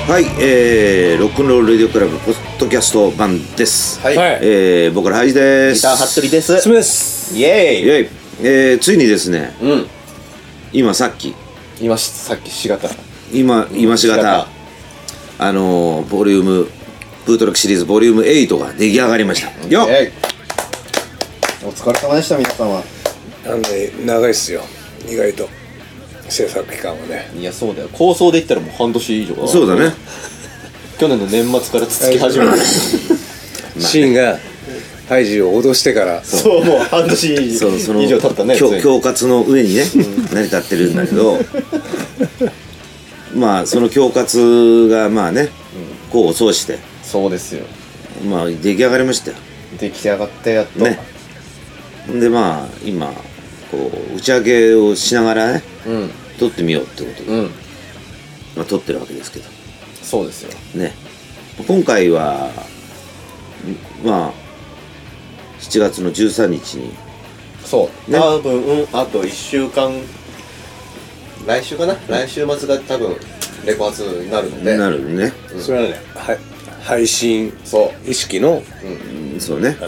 はい、ロックンロールレディオクラブポッドキャスト版です。 はい、 僕らハイジです。 ギター服部です。 スムです。 イエーイ。 ついにですね、今さっきしがた今しがたボリュームブートロックシリーズボリューム8が出来上がりました。よっ、 お疲れ様でした。皆様長いっすよ、意外と制作期間はね。 いや、そうだよ。構想で言ったらもう半年以上だ。 そうだね。 去年の年末からつつき始めたシーンがハイジを脅してからそう、もう半年以上経ったね。 恐喝の上にね成り立ってるんだけどまあその恐喝がまあね功を奏して、 そうですよ、 まあ出来上がりましたよ。 出来上がってやっとね。でまあ今こう打ち上げをしながらね、撮ってみようってことで、まあ、撮ってるわけですけど、 そうですよね。今回はまあ7月の13日にそう、ね、多分あと1週間、来週かな、来週末が多分レコ発になるので、 なるね、 それはね、配信意識のそうね、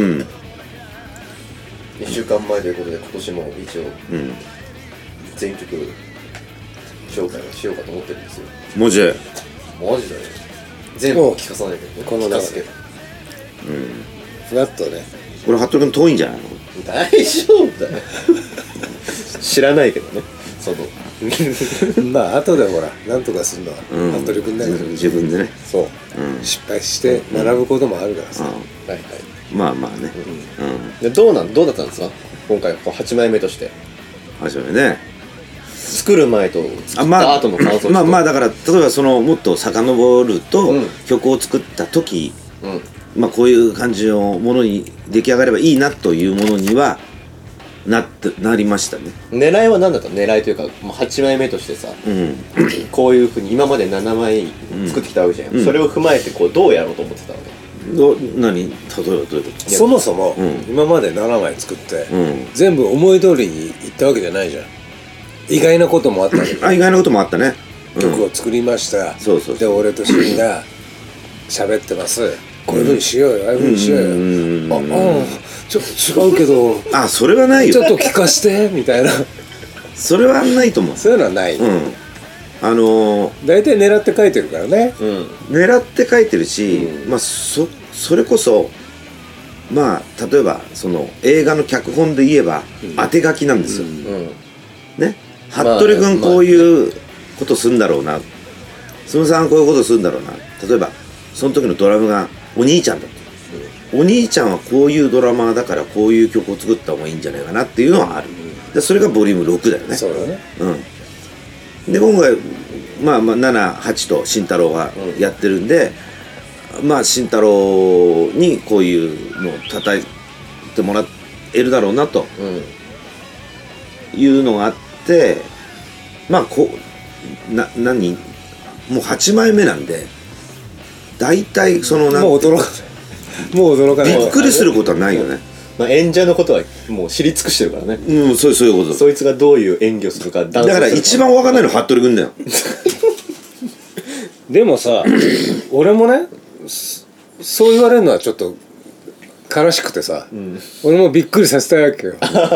1週間前ということで今年も一応全曲紹介をしようかと思ってるんですよ。 マジで全部聞かさないけど、 この中でフラットね。 これ服部君遠いんじゃないの？ 大丈夫だよ知らないけどね、そのまあ後でほら何とかするのは服部君だけど、 自分でね、 そう、失敗して学ぶこともあるからさ、 まあまあね、 でどうだったんですか今回8枚目として。 初めね、 作る前と作った後の感想。 まあだから例えばそのもっと遡ると、曲を作った時、まあこういう感じのものに出来上がればいいなというものにはなりましたね。 狙いは何だったの？狙いというか、8枚目としてさ、こういうふうに今まで7枚作ってきたわけじゃん、それを踏まえてこうどうやろうと思ってたわけ？ 例えばどういうこと？ そもそも、今まで7枚作って、全部思い通りにいったわけじゃないじゃん。意外なこともあったわけ意外なこともあったね。 曲を作りました。 そうで俺とシンが喋ってます。こういうふうにしようよ、ああいうふうにしようよ。ちょっと違うけど、 それはないよ。 ちょっと聞かしてみたいな。 それはないと思う。 そういうのはない。大体狙って書いてるからね。 狙って書いてるし、まあそれこそまあ例えばその映画の脚本で言えば当て書きなんですよ。ね、服部君こういうことするんだろうな、すむさんこういうことするんだろうな。例えばその時のドラムがお兄ちゃんだって、お兄ちゃんはこういうドラマーだからこういう曲を作った方がいいんじゃないかなっていうのはある。でそれがボリューム6だよね。 そうだね。 で今回まあ7、8と慎太郎がやってるんで、まあ慎太郎にこういうのを叩いてもらえるだろうなというのがあって、まあ何もう8枚目なんで大体そのもう驚かない。 びっくりすることはないよね。 演者のことはもう知り尽くしてるからね。 そういうこと。 そいつがどういう演技をするか、 だから一番分かんないのは服部君だよでもさ、俺もねそう言われるのはちょっと悲しくてさ、俺もびっくりさせたいわけよ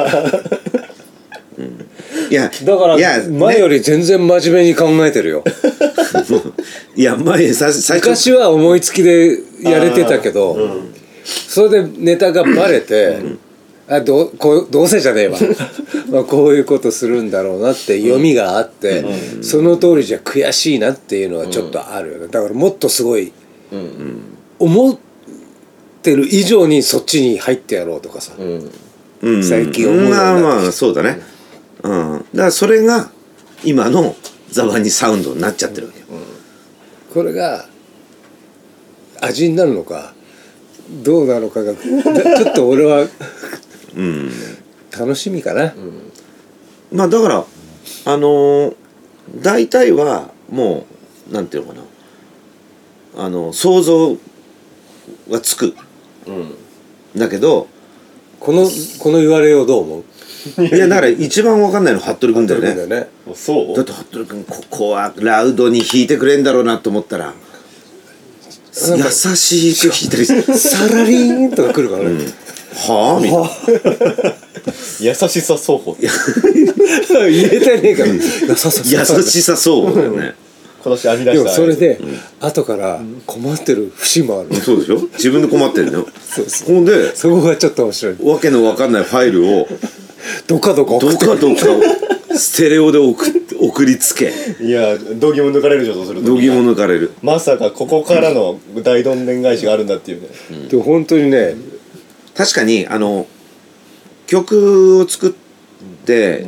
いやだから前より全然真面目に考えてるよいや昔は思いつきでやれてたけど、それでネタがバレて、どうせじゃねえわまあこういうことするんだろうなって読みがあって、その通りじゃ悔しいなっていうのはちょっとあるよね。だからもっとすごい、思ってる以上にそっちに入ってやろうとかさ、最近思うようになってきて、 まあそうだね。だからそれが今のザバニサウンドになっちゃってるわけよ。 これが味になるのかどうなのかがちょっと俺は楽しみかな。 まあだから大体はもうなんていうのかな、想像がつく、だけどこの言われようどう思う？ いやだから一番わかんないの服部君だよね。 ね。 そうだって服部君ここはラウドに弾いてくれんだろうなと思ったら優しく弾いたりする。 サラリーンとか来るからね。 はあみたいな。 優しさ奏法言えてねえから。優優しさそうだよね。 今年編み出でもしたそれで後から困ってる節もある。 そうでしょ。自分で困ってるのよ。 そうそう。 ほんでそこがちょっと面白い。 わけのわかんないファイルをどかどか送ってどかどかステレオで送りつけいや度肝抜かれるじゃん。そうすると度肝抜かれる。 まさかここからの大どんでん返しがあるんだっていうね、 でも本当にね、 確かに曲を作って、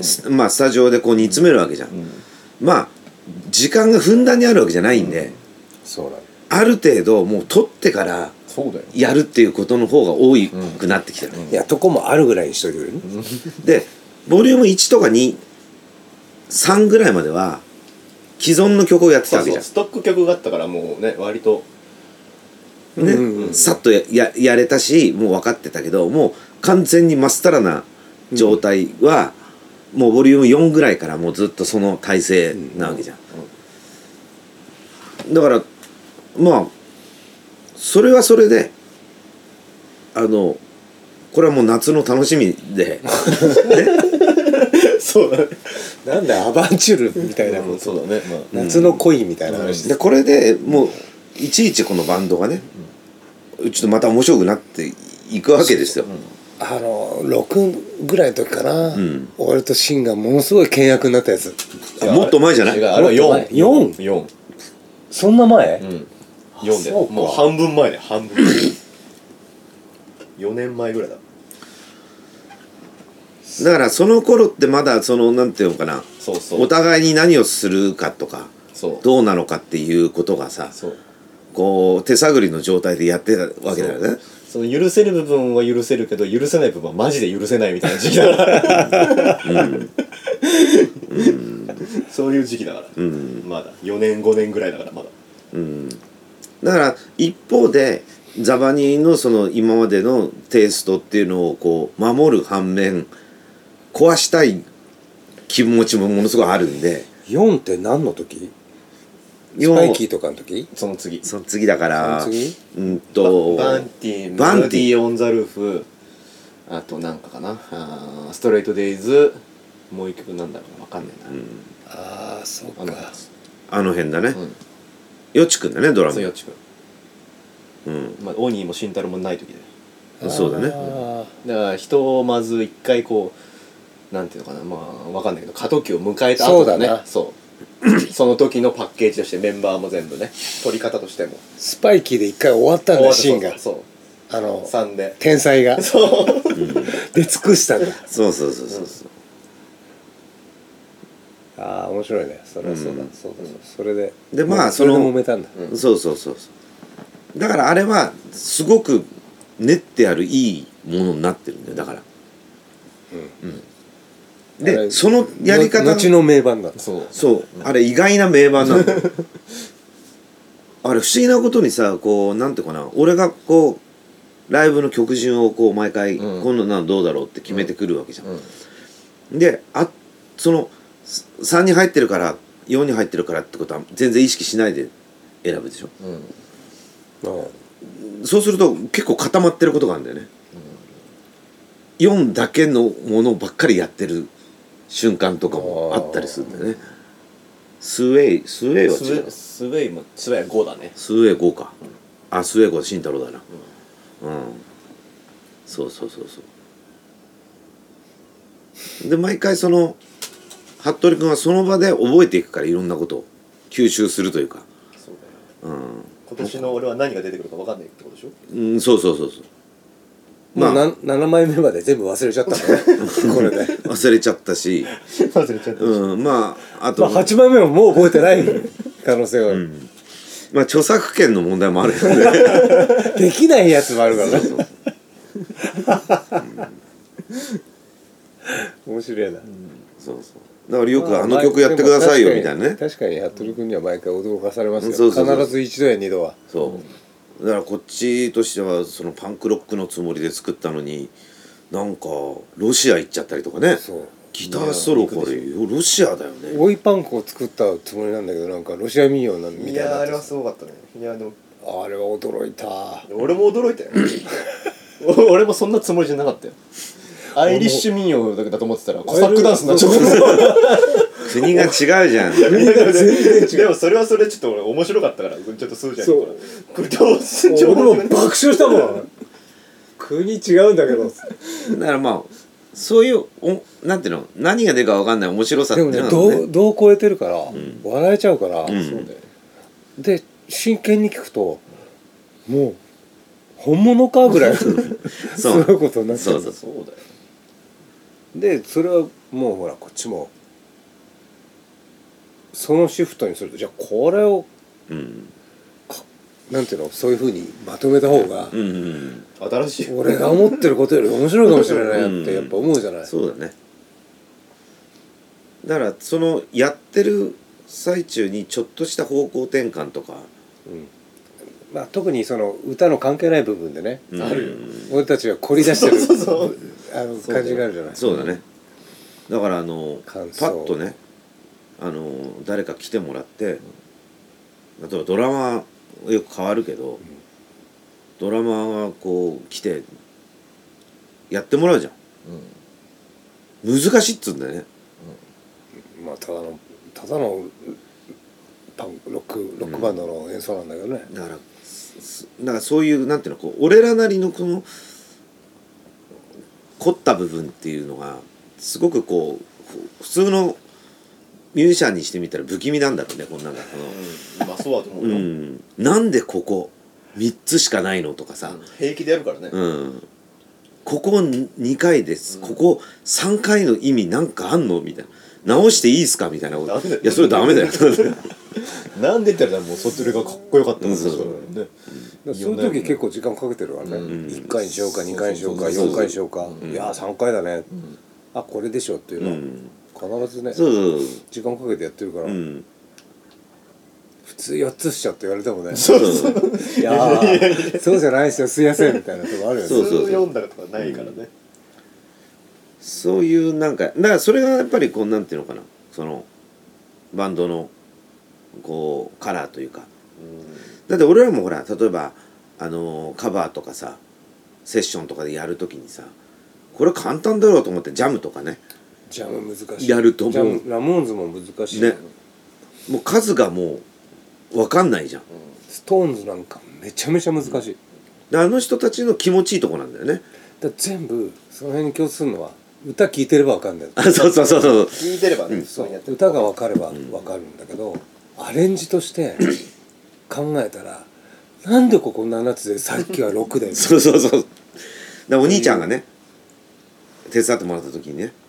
まあスタジオでこう煮詰めるわけじゃん、まあ時間がふんだんにあるわけじゃないんで、 そうなの。 ある程度もう撮ってからそうだよやるっていうことの方が多くなってきてる、 いやとこもあるぐらいにしといてくれる。 でボリューム1とか2、3ぐらいまでは既存の曲をやってたわけじゃん。 ストック曲があったからもうね割とね、さっとやれたしもう分かってたけど、もう完全にまっさらな状態は、もうボリューム4ぐらいからもうずっとその体勢なわけじゃん、だからまあそれはそれでこれはもう夏の楽しみでそうだねなんだよアバンチュールみたいなもん。 そうだね、まあ夏の恋みたいな話で。 でこれでもういちいちこのバンドがね、ちょっとまた面白くなっていくわけですよ。 6ぐらいの時かな、 ん俺とシンがものすごい倹約になったやつ。 もっと前じゃない？ 違うあれはもっと前 4 4そんな前、 4でそうかもう半分前で半分4年前ぐらいだ。 だからその頃ってまだなんていうのかな、 そうそうお互いに何をするかとかそうどうなのかっていうことがさ、 そうこう手探りの状態でやってたわけだよね。 その許せる部分は許せるけど許せない部分はマジで許せないみたいな時期だからそういう時期だから、まだ4年5年ぐらいだからまだ。 だから一方でザバニのその今までのテイストっていうのをこう守る反面壊したい気持ちもものすごいあるんで。 4って何の時？スパイキーとかの時？ その次その次だからその次バンティメロディーオンザルーフ、あとなんかかなストレートデイズ、もう一曲なんだろうな分かんないな、 ああそうか。 あの辺だね、よちくんだねドラム。 そうよっちくん、まあオニーも慎太郎もない時で、 そうだね。 だから人をまず一回こうなんていうのかな、まあ分かんないけど過渡期を迎えた後だね。 そうだなその時のパッケージとしてメンバーも全部ね取り方としてもスパイキーで一回終わったんだシーンが。 そう3で天才がそう出尽くしたんだ。 そうそう。 ああ面白いね。それはそうだ、そうだそれででまあそれで揉めたんだ。 そうだからあれはすごく練ってあるいいものになってるんだよだから。でそのやり方後の名盤だ。 そうあれ意外な名盤なんだよあれ不思議なことにさ、こうなんていうかな、俺がこうライブの曲順をこう毎回今度なのどうだろうって決めてくるわけじゃん、でその3に入ってるから4に入ってるからってことは全然意識しないで選ぶでしょ、そうすると結構固まってることがあるんだよね、4だけのものばっかりやってる瞬間とかもあったりするんだよね。スウェイは違う。 スウェイは5だね。 スウェイ5か、あスウェイ5慎太郎だな、そうで毎回その服部君はその場で覚えていくから、いろんなことを吸収するというか。 そうだよ、今年の俺は何が出てくるか分かんないってことでしょ。 そうまあ7枚目まで全部忘れちゃったのねこれで忘れちゃったし忘れちゃったし、 まああと、 8枚目ももう覚えてない可能性はある、 まあ著作権の問題もあるよねできないやつもあるからね面白いな、 そうだからよくあの曲やってくださいよみたいなね。 確かに服部君には毎回驚かされますよ。 そう必ず一度や二度は。 そうだからこっちとしてはそのパンクロックのつもりで作ったのになんかロシア行っちゃったりとかね。 そうギターソロこれロシアだよね。 追いパンクを作ったつもりなんだけどなんかロシア民謡みたいになってあれはすごかったね。いやでもあれは驚いた。 俺も驚いたよ俺もそんなつもりじゃなかったよ。アイリッシュ民謡だと思ってたらコサックダンスになっちゃった国が違うじゃん。 でもそれはそれちょっと俺面白かったからちょっと数字あるからこれどうすん俺も爆笑したもん国違うんだけどだからまあそういうなんていうの何が出るか分かんない面白さっていうのはね。 どう超えてるから、笑えちゃうから、 んそうだよで真剣に聞くともう本物かぐらいそういうことになっちゃう。 そうそうだよ。 でそれはもうほらこっちもそのシフトにするとじゃあこれをなんていうのそういうふうにまとめた方が、 新しい俺が思ってることより面白いかもしれないなってやっぱ思うじゃない。 そうだね。だからそのやってる最中にちょっとした方向転換とか、 まあ、特にその歌の関係ない部分でね、 あるよ。 俺たちが凝り出してるそう感じがあるじゃない。 そうだね。だからパ感想ッとね誰か来てもらって例えばドラマよく変わるけど、ドラマがこう来てやってもらうじゃん、難しいっつうんだよね。 まあただのロックバンドの演奏なんだけどね、 だからそういうなんていうのこう俺らなりのこの凝った部分っていうのがすごくこう普通のミュージシャンにしてみたら不気味なんだろうねこんなんだまあそうだと思うよ。 なんでここ3つしかないのとかさ、 平気でやるからね。 ここ2回です、ここ3回の意味なんかあんのみたいな直していいっすかみたいなこと。いやそれダメだよなんで言ったらもうそっちがかっこよかったんですよ。 そういう時結構時間かけてるからね、1回にしようか2回にしようか4回にしようか、いや3回だね、あこれでしょっていうのは必ずね時間かけてやってるから、普通4つしちゃって言われてもねいやそうじゃないですよすいませんみたいなとこあるよね。 普通読んだとかないからね。 そういうなんかだからそれがやっぱりこうなんていうのかなそのバンドのこうカラーというか、だって俺らもほら例えばカバーとかさセッションとかでやるときにさこれ簡単だろうと思ってジャムとかねジャム難しいやると思う。 ラモーンズも難しいね、もう数がもう分かんないじゃん、 ストーンズなんかめちゃめちゃ難しい、 であの人たちの気持ちいいとこなんだよね。 だ全部その辺に共通するのは歌聴いてれば分かんないそう聞いてればね、 そう歌が分かれば分かるんだけど、アレンジとして考えたらなんでここ7つでさっきは6でそうでお兄ちゃんがね手伝ってもらった時にね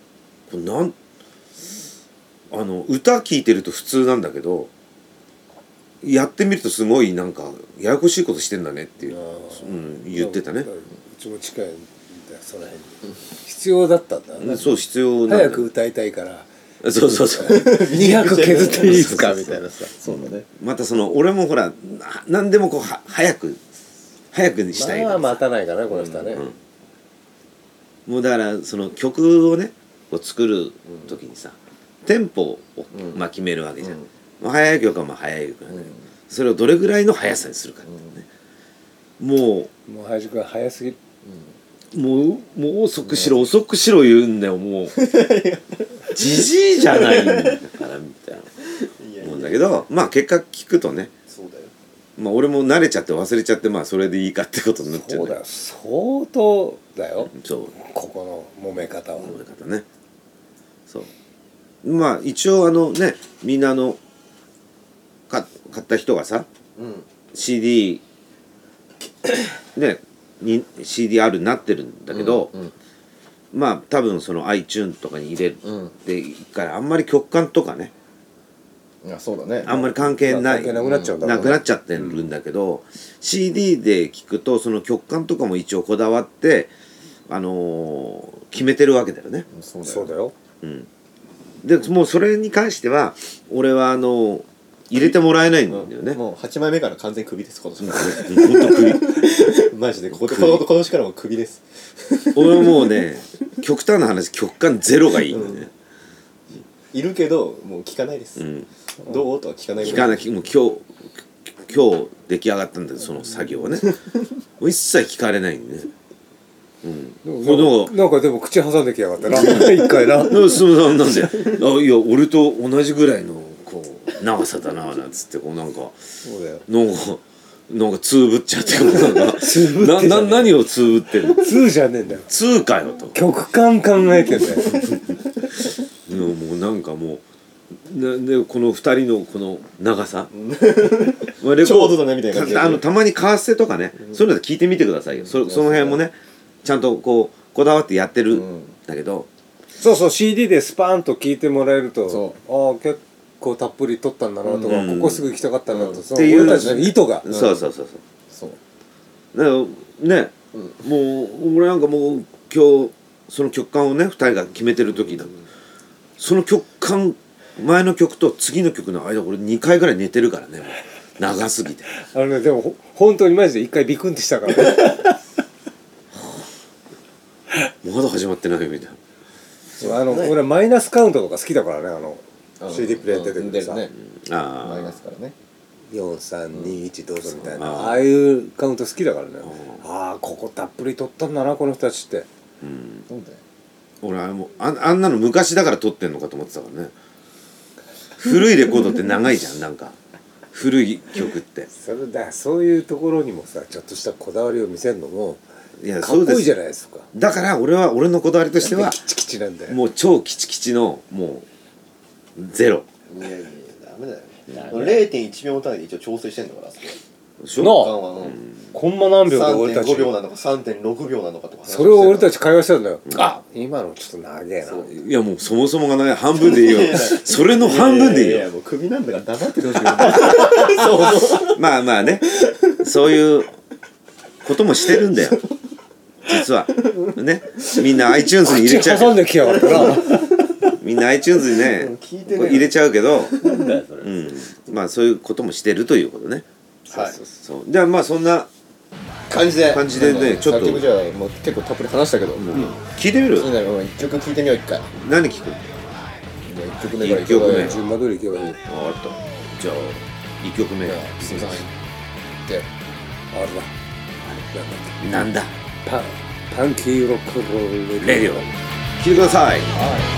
歌聴いてると普通なんだけどやってみるとすごいなんかややこしいことしてんだねっていう、言ってたね。 うちも近いんだよその辺に必要だったんだね。 そう必要なんだ。 早く歌いたいからそう 200削っていいですかみたいなさ。 そうだね。 また俺もほら何でもこう早くにしたいから待たないからねこの人はね、 もうだからその曲をねこう作る時にさ、テンポをまあ決めるわけじゃん、速い曲はまあ速い曲なんだけど、それをどれぐらいの速さにするかってね、もう林くん早すぎる、 もう遅くしろ言うんだよもうじじいじゃないんだからみたいな思うんだけど、まあ結果聞くとね、 そうだよ、 まあ俺も慣れちゃって忘れちゃって、まあそれでいいかってことになっちゃう、 そうだよ相当だよ、 そうここの揉め方は揉め方ね。そうまあ一応ねみんな買った人がさ、CD ねに CDR になってるんだけど、まあ多分その iTunes とかに入れていくから、あんまり曲感とかね、 いやそうだね、 あんまり関係ない、 なくなっちゃうんだろうね、 なくなっちゃってるんだけど、CD で聴くとその曲感とかも一応こだわって決めてるわけだよね。 そうだよ、 でもうそれに関しては俺は入れてもらえないんだよね、 もう8枚目から完全にクビです今年ほんと首マジで今年からもクビです。 俺はもうね極端な話極端ゼロがいいんだね、 いるけどもう聞かないです、どうとは聞かない聞かないもう今日出来上がったんだけどその作業はねもう一切聞かれないんでねなんかでも口挟んできやがったな一回なすむさんなんでいや俺と同じぐらいのこう長さだななんつってこうなんかそうだよなんかつぶっちゃってこう何をつぶってるの 2じゃねえんだよ 2かよと曲感考えてんだよもうなんかもうでこの2人のこの長さちょうどだねみたいな感じでたまにカーステとかね、そういうので聞いてみてくださいよ、その辺もねちゃんとこだわってやってるんだけど、 そう CD でスパーンと聞いてもらえるとああ結構たっぷり撮ったんだなとか、ここすぐ行きたかったんだと、 っていう俺たちの意図が、 そうだからね、もう俺なんかもう今日その曲間をね2人が決めてる時だ、その曲間前の曲と次の曲の間俺2回ぐらい寝てるからねもう長すぎてでも本当にマジで1回ビクンってしたからねまだ始まってないみたいな俺マイナスカウントとか好きだからねCD プレイ出てくるさ、 ね、マイナスからね 4321どうぞみたいなああいうカウント好きだからねああここたっぷり撮ったんだなこの人たちって、 そうだよ俺もうあんなの昔だから撮ってんのかと思ってたからね古いレコードって長いじゃんなんか古い曲ってそういうところにもさちょっとしたこだわりを見せるのもかっこいいじゃないですか。 だから俺のこだわりとしてはキチキチなんだよもう超キチキチのもうゼロ。 いやダメだよ 0.1 秒単位で一応調整してんだからそれコンマ何秒で俺たち 3.5 秒なのか 3.6 秒なのかとかそれを俺たち会話してたんだよ。今のちょっと長えな。 いやもうそもそもがね半分でいいよそれの半分でいいよ。 いやもう首なんだから黙っててほしいまあねそういうこともしてるんだよ実はねみんな iTunes に入れちゃう口挟んできやがったなみんな iTunes にね入れちゃうけどまあそういうこともしてるということね。そうじゃあまあそんな感じでねちょっとじゃあもう結構たっぷり話したけど聞いてみる？ 一曲聞いてみよう一回。 何聞く？ 1曲目から 1曲目順番通りいけばいい。 分かったじゃあ1曲目すみませんであれだなんだパンキーロックロールレディオ聞いてください。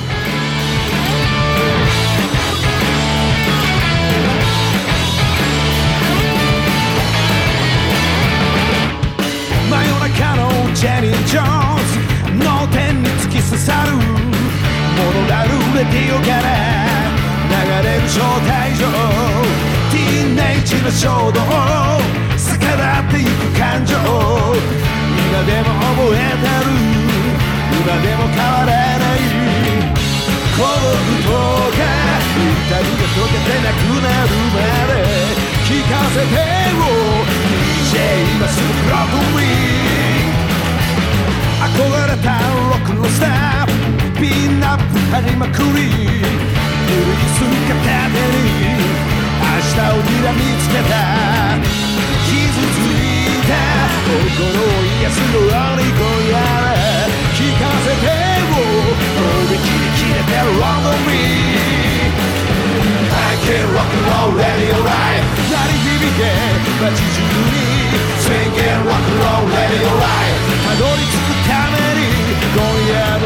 真夜中のジェニー・ジョーンズ脳天に突き刺さるモノラルレディオから流れる招待状ティーンエイジの衝動逆らっていく感情今でも覚えてる今でも変わらない孤独とか痛みが溶けてなくなるまで聞かせてよ DJ 今すぐブロックリン憧れたロックのスターピンナップ張りまくり古い姿片手に明日をにらみつけた傷ついた心を癒すように今夜聞かせてよ伸びきり切れてる Rock on me I can rock and roll radio live 鳴り響け街中に Swing and rock and roll radio live たどり着くために今夜も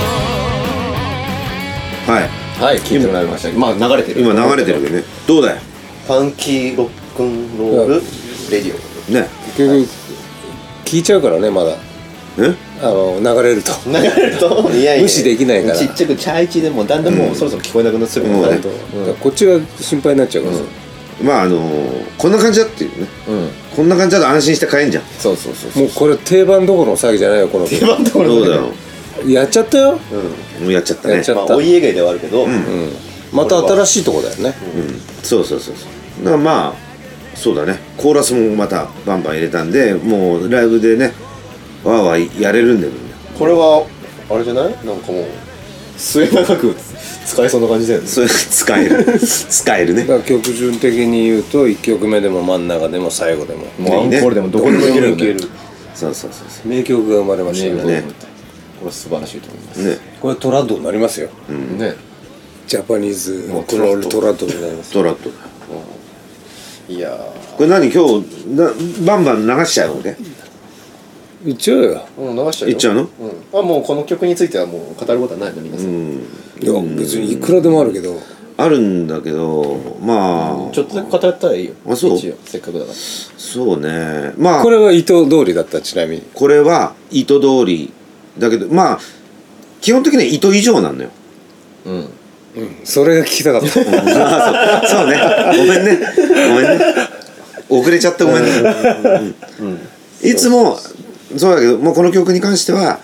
はい聞いてもらいました。まあ流れてる今流れてるけどねどうだよファンキーロックンロールレディオね結局聞いちゃうからねまだ流れるといや無視できないからちっちゃくチャイチでもだんだんもうそろそろ聞こえなくなってくるからねこっちが心配になっちゃうからまあこんな感じだっていうねこんな感じだと安心して帰んじゃん。 そうもうこれ定番どころの詐欺じゃないよこの定番どころそうだよやっちゃったよもうやっちゃったねやっちゃったまあお家芸ではあるけどまた新しいとこだよねそうだからまあそうだねコーラスもまたバンバン入れたんでもうライブでねわーわーやれるんだよこれはあれじゃないなんかもう末永く使えそうな感じだよね。 それ使えるね。 だから曲順的に言うと1曲目でも真ん中でも最後でももうアンコールでもどこでもいけるよね。 そう名曲が生まれましたよね。 ねこれは素晴らしいと思います。 ね。 これトラッドになりますよ。 ね。 ジャパニーズのトラッドになります。 トラッド。 いやこれ何今日バンバン流しちゃうのね。 いっちゃうよ。 流しちゃうよ。 いっちゃうの？ あ、もうこの曲についてはもう語ることはないの皆さん。 いや別にいくらでもあるけど。 あるんだけど、まあちょっとだけ語ったらいいよ。 あ、そう？ 一応せっかくだから。 そうね。まあこれは意図通りだった。ちなみに。 これは意図通りだけど、まあ基本的には意図以上なのよ。 それが聞きたかった。 そうね。ごめんね。遅れちゃってごめんね。いつもそうだけど、もうこの曲に関しては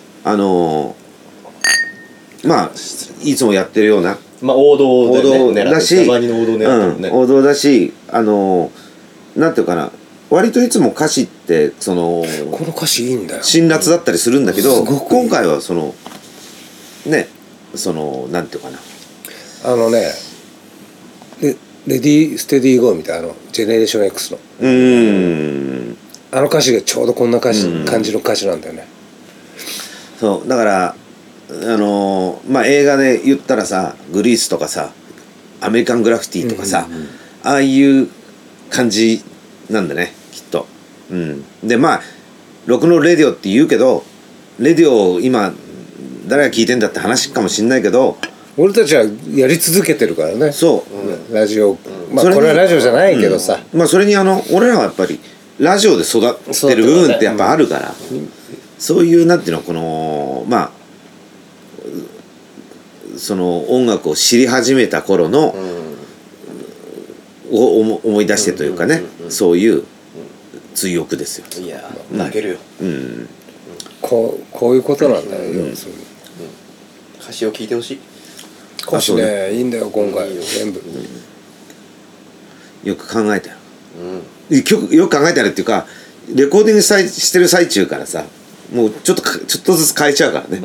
まあいつもやってるようなまあ王道だし、 王道だし、なんていうかな、割といつも歌詞ってそのこの歌詞いいんだよ。 辛辣だったりするんだけど、 すごくいい今回はそのね、そのなんていうかな、 レディーステディーゴーみたいなジェネレーション X のあの歌詞がちょうどこんな感じの歌詞なんだよね。 そうだからまあ映画で言ったらさ、グリースとかさ、アメリカングラフィティとかさ、ああいう感じなんだねきっと。でまあロックノールレディオって言うけど、レディオを今誰が聞いてんだって話かもしんないけど、 俺たちはやり続けてるからね。 そう、 ラジオ、まあこれはラジオじゃないけどさ、 まあそれに俺らはやっぱりラジオで育ってる部分ってやっぱあるから、そういうなんていうの、このまあその音楽を知り始めた頃の、を思い出してというかね、そういう追憶ですよ。 いや泣けるよ。 こういうことなんだよ。 歌詞を聞いてほしい。 歌詞ね、いいんだよ今回全部。 よく考えたよ。よく考えたらっていうか、レコーディングしてる最中からさ、もうちょっとずつ変えちゃうからね。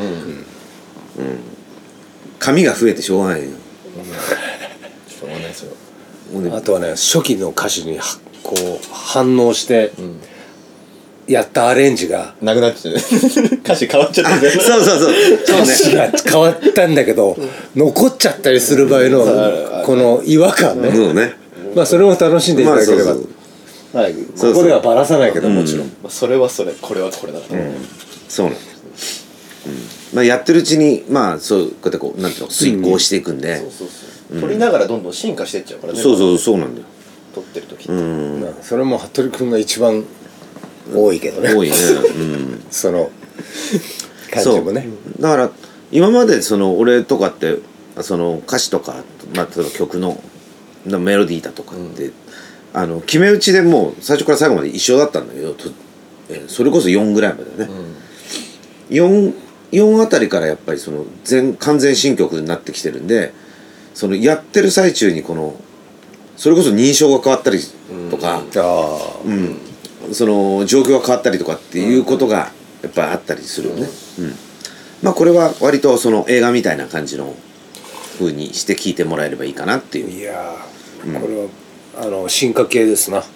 紙が増えてしょうがないよ。 しょうがないですよ。 あとはね、初期の歌詞にこう反応してやったアレンジがなくなっちゃう。歌詞変わっちゃってる。 そう歌詞が変わったんだけど残っちゃったりする場合のこの違和感ね。まあそれも楽しんでいただければ。はい、ここではバラさないけどもちろん。 それはそれ、これはこれだから。 そうなんです。まあやってるうちにまあそうこうやってこうなんていうの、遂行していくんで、 撮りながらどんどん進化していっちゃうからね。 そうなんだよ。 撮ってる時って。 それも服部君が一番多いけどね。 多いね。 その感じもね。 だから今までその俺とかってその歌詞とか、まあ例えば曲のメロディーだとかって決め打ちでもう最初から最後まで一緒だったんだけど、それこそ4ぐらいまでね。4あたりからやっぱりその完全新曲になってきてるんで、そのやってる最中にこのそれこそ認証が変わったりとか、その状況が変わったりとかっていうことがやっぱりあったりするよね。まあこれは割とその映画みたいな感じの風にして聴いてもらえればいいかなっていう。 いやこれは進化系ですな。はい。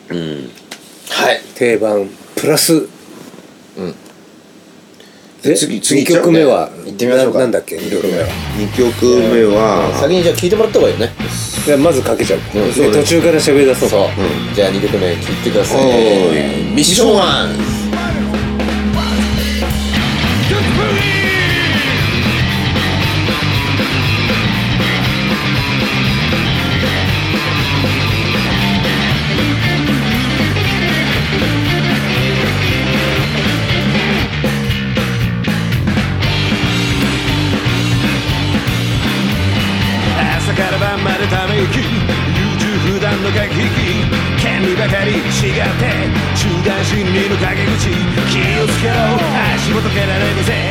定番プラス。 次 2曲目は行ってみましょうか。 なんだっけ2曲目は。 2曲目は先にじゃあ聴いてもらった方がいいよね。 まずかけちゃう。途中から喋り出そう。 じゃあ2曲目聴いてください。ミッション1。 ため息優柔不断の駆け引き権利ばかり違って集団心理の陰口気をつけろ足元蹴られるぜ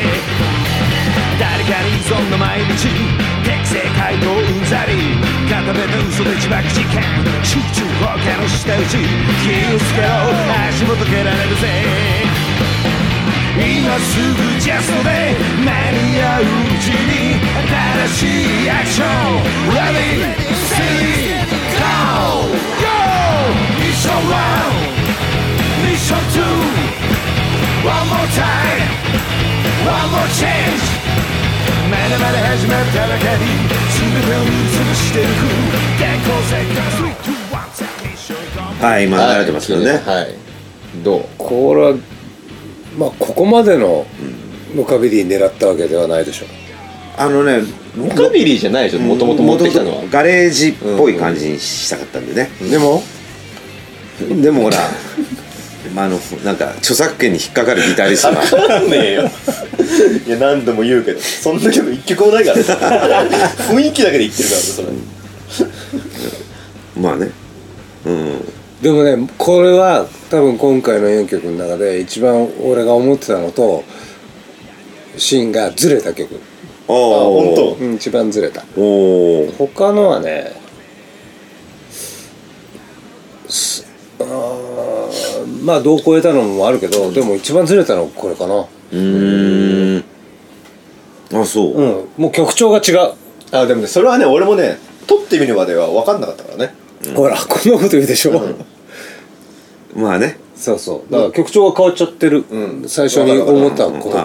誰かに依存の毎日適正回答うんざり固めた嘘で自爆事件集中放火の下打ち気をつけろ足元蹴られるぜ今すぐジャストで間に合ううちに新しいアクション Ready, Steady, Go! Go! Mission 1 Mission 2 One more time One more change まだまだ始まったばかり全てを潰していく電光石火スイッチワンセミッションはい今流れてますけどね、 はいどうこれはまあここまでのロカビリー狙ったわけではないでしょ。 あのねロカビリーじゃないでしょもともと持ってきたのはガレージっぽい感じにしたかったんでね、 でもほらなんか著作権に引っかかるギタリストが分かんねえよいや何度も言うけどそんな曲一曲もないからさ雰囲気だけで言ってるからねそれまあねでもねこれは多分今回の4曲の中で一番俺が思ってたのとシーンがずれた曲。 本当うん一番ずれた。 おお他のはねまあ度を超えたのもあるけど、でも一番ずれたのはこれかな。 あそう、 もう曲調が違う。 でもねそれはね俺もね撮ってみるまでは分かんなかったからねほらこんなこと言うでしょ、 まあねそうそうだから曲調が変わっちゃってる、最初に思ったことと、 だ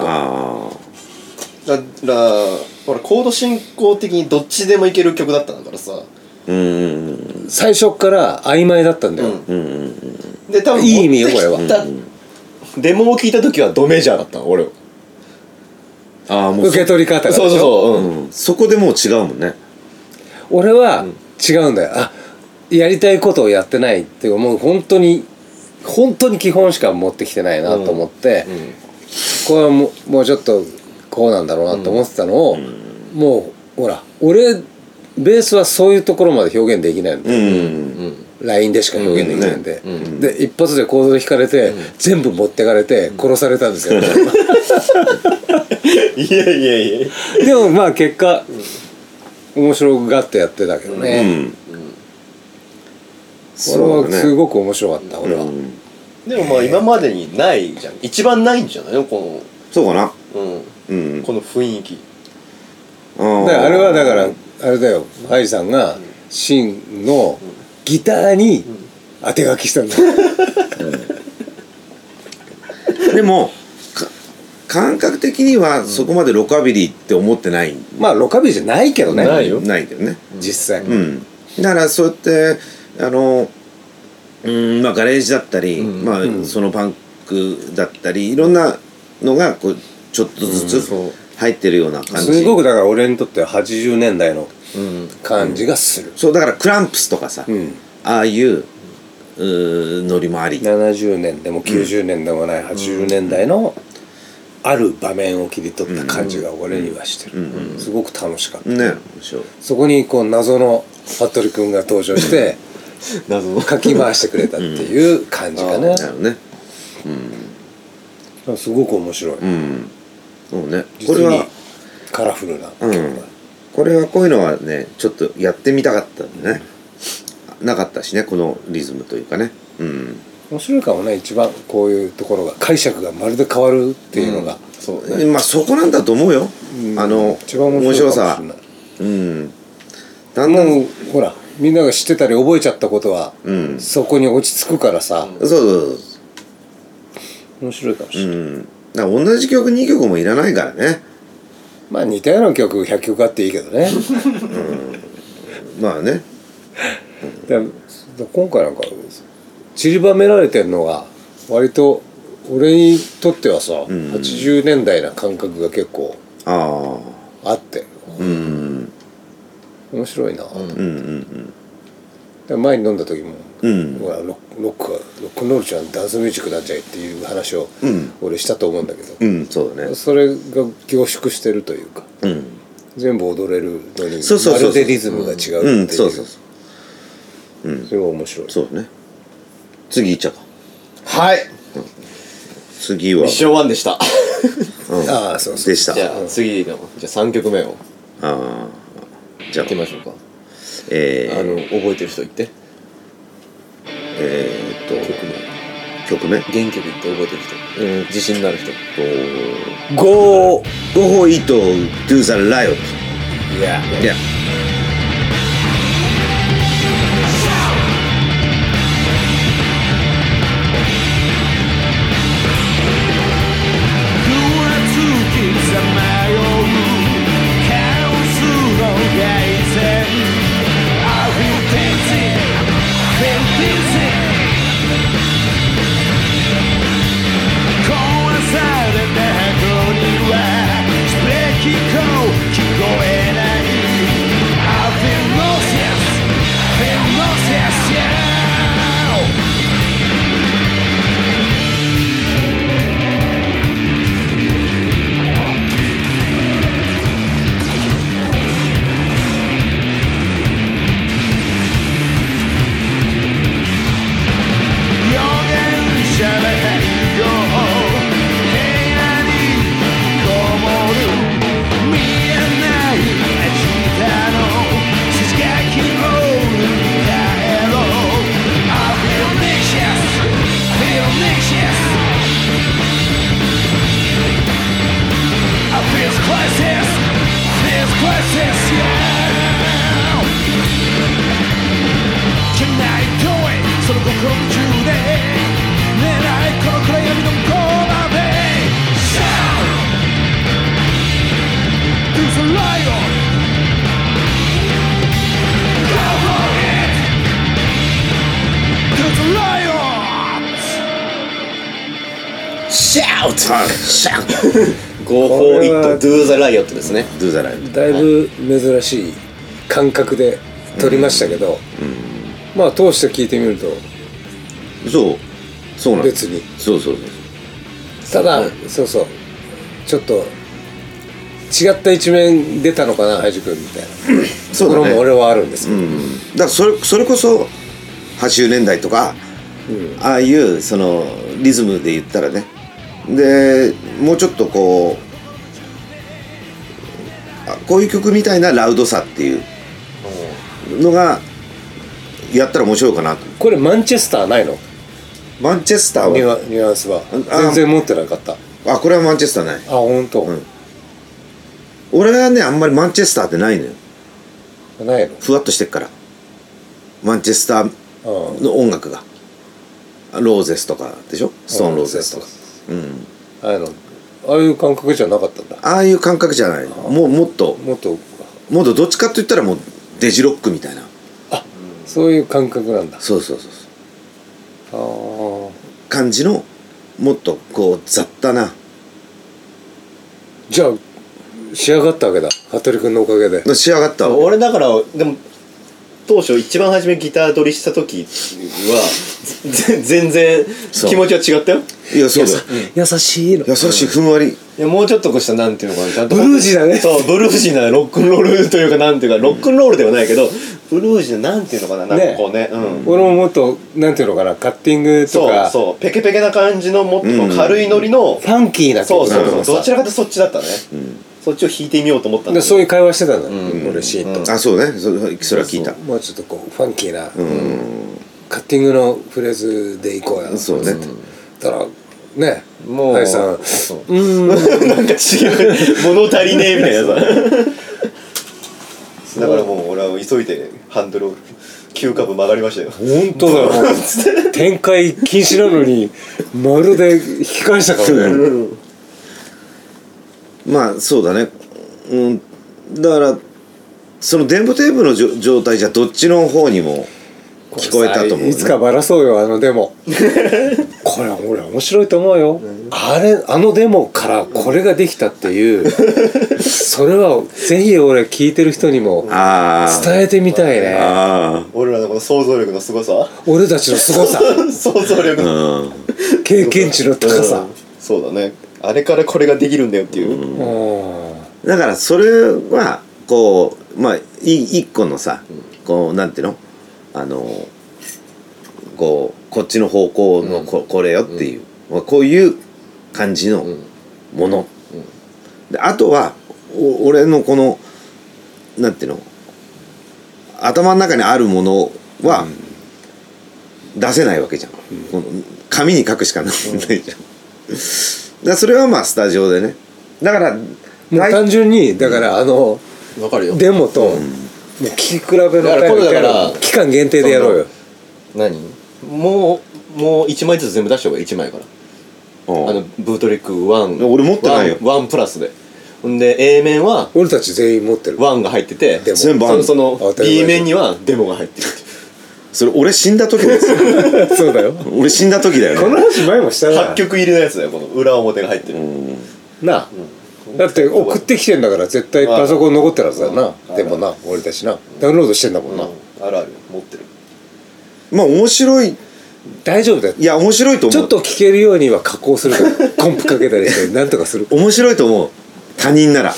からほらコード進行的にどっちでもいける曲だったんだからさ最初から曖昧だったんだよ、 で多分いい意味よこれは、 デモを聞いた時はドメジャーだったの俺はもう受け取り方がそうそうそこでもう違うもんね俺は違うんだよ、やりたいことをやってないっていうかもう本当に基本しか持ってきてないなと思って、これはもうちょっとこうなんだろうなと思ってたのを、もうほら俺ベースはそういうところまで表現できないんだよ、ラインでしか表現できないんで、で一発でコードで弾かれて、全部持ってかれて殺されたんですよ、 いやでもまあ結果、面白がってやってたけどね、俺はすごく面白かった俺は、 でもまあ今までにないじゃん一番ないんじゃないのこそうかなのこの雰囲気あれはだからあれだよハイジさんがシンのギターに当て書きしたんだでも感覚的にはそこまでロカビリーって思ってない、 まあロカビリーじゃないけどねないよないけどね実際、 だからそうやってまあガレージだったり、まあそのパンクだったりいろんなのがこうちょっとずつ入ってるような感じ、 すごくだから俺にとっては80年代の感じがする、 そうだからクランプスとかさ、ああいうノリもあり 70年でも90年でもない80年代のある場面を切り取った感じが俺にはしてる、すごく楽しかったね。 そこにこう謎の服部君が登場して謎のかき回してくれたっていう感じがね、 なるほどね。 すごく面白い、 そうね。 これはカラフルな曲が、 これはこういうのはねちょっとやってみたかったんでね、なかったしねこのリズムというかね、 面白いかもね一番こういうところが解釈がまるで変わるっていうのが、 そうねまあそこなんだと思うよ、 一番面白いかもしれない。 だんだんほらみんなが知ってたり覚えちゃったことは、そこに落ち着くからさ、 そう面白いかもしれない、 だから同じ曲2曲もいらないからね。 まあ似たような曲100曲あっていいけどねまあね、 で今回なんか散りばめられてるのが割と俺にとってはさ、80年代な感覚が結構あって面白いな、で前に飲んだ時も、ほらロックンロールじゃんダンスミュージックなんじゃいっていう話を俺したと思うんだけど、 そうだね。 それが凝縮してるというか、全部踊れるのにそうまるでリズムが違うっていう、 そうそれが面白い。 そうね。次いっちゃうか。 はい次はミッション1でしたああそうそうでした。 じゃあ次のじゃあ3曲目をじゃあいきましょうか。覚えてる人言って曲名曲名原曲って覚えてる人、自信のある人。 Go for it to the riot. Yeah. Yeah. Go for it, do the riot ですね。 Do the riot。 だいぶ珍しい感覚で撮りましたけど、まあ通して聞いてみるとそうなんです。 別にそうただそうちょっと違った一面出たのかなハイジ君みたいなそうだね。 ところも俺はあるんですけど、 だからそれこそ80年代とか、ああいうそのリズムで言ったらね、でもうちょっとこういう曲みたいなラウドさっていうのがやったら面白いかなと。 これマンチェスターないの？ マンチェスターはニュアンスは全然持ってなかった。 これはマンチェスターない。 あ、本当。 俺はねあんまりマンチェスターってないのよ。 ないの？ ふわっとしてっからマンチェスターの音楽がローゼスとかでしょ、ストーンローゼスとか、 ああいう感覚じゃなかったんだ。 ああいう感覚じゃない。もっとどっちかって言ったらもうデジロックみたいな、 そういう感覚なんだ。 そう感じのもっとこう雑多な。 じゃあ仕上がったわけだ、服部君のおかげで。 仕上がったわけ。 俺だからでも当初一番初めギター取りした時は全然気持ちは違ったよ。 いやそうだよ、 優しいの。 優しいふんわり。 いやもうちょっとこうしたなんていうのかな、ちゃんとブルージーだね。 そうブルージーなロックンロールというかなんていうかロックンロールではないけどブルージーななんていうのかな、なんかこうね、 俺ももっとなんていうのかな、カッティングとかそうペケペケな感じのもっと軽いノリのファンキーな曲だと思ってた。 どちらかとそっちだったね。そっちを弾いてみようと思ったんだけど、 そういう会話してたんだ、俺シーンと。 そうね、それは聞いた。 もうちょっとこうファンキーなカッティングのフレーズでいこうや。 そうね。 だからね、 もうハイさんなんか違う物足りねえみたいなさだからもう俺は急いでハンドルを急カーブ曲がりましたよ。 本当だよ展開禁止なのにまるで引き返したからねまあそうだね、だからその電波テープの状態じゃどっちの方にも聞こえたと思う、ね、 いつかバラそうよデモこれ俺面白いと思うよ、あのデモからこれができたっていうそれはぜひ俺聞いてる人にも伝えてみたいね。 俺らのこの想像力のすごさ、 俺たちのすごさ想像力、 経験値の高さ、 そうだね、あれからこれができるんだよっていう、 だからそれはこうまあ一個のさ、こうなんていうのこっちの方向のこれよっていう、こういう感じのもの、であとは俺のこのなんていうの頭の中にあるものは、 出せないわけじゃん、この紙に書くしかないじゃん、だからそれはまあスタジオでね、だからもう単純にだからわかるよ。 デモと、もう聴き比べのだから今度だから期間限定でやろうよ。 何もう1枚ずつ全部出した方がいい。1枚からブートレック1、 俺持ってないよ。 1プラスで、ほんで A 面は俺たち全員持ってる。 1が入ってて、 デモ全部あんのその当たり前 B 面にはデモが入ってるっていう。 それ俺死んだ時ですよそうだよ。 俺死んだ時だよこね。 の話前もしたな。 8曲入りのやつだよ、この裏表が入ってる。 なあ、だって送ってきてんだから絶対パソコン残ってるはずだよな。でもな、俺たちなダウンロードしてんだもんな。 あるある持ってる。 まあ面白い、 大丈夫だよ。 いや面白いと思う。 ちょっと聞けるようには加工するからコンプかけたりしてなんとかする。 面白いと思う、他人なら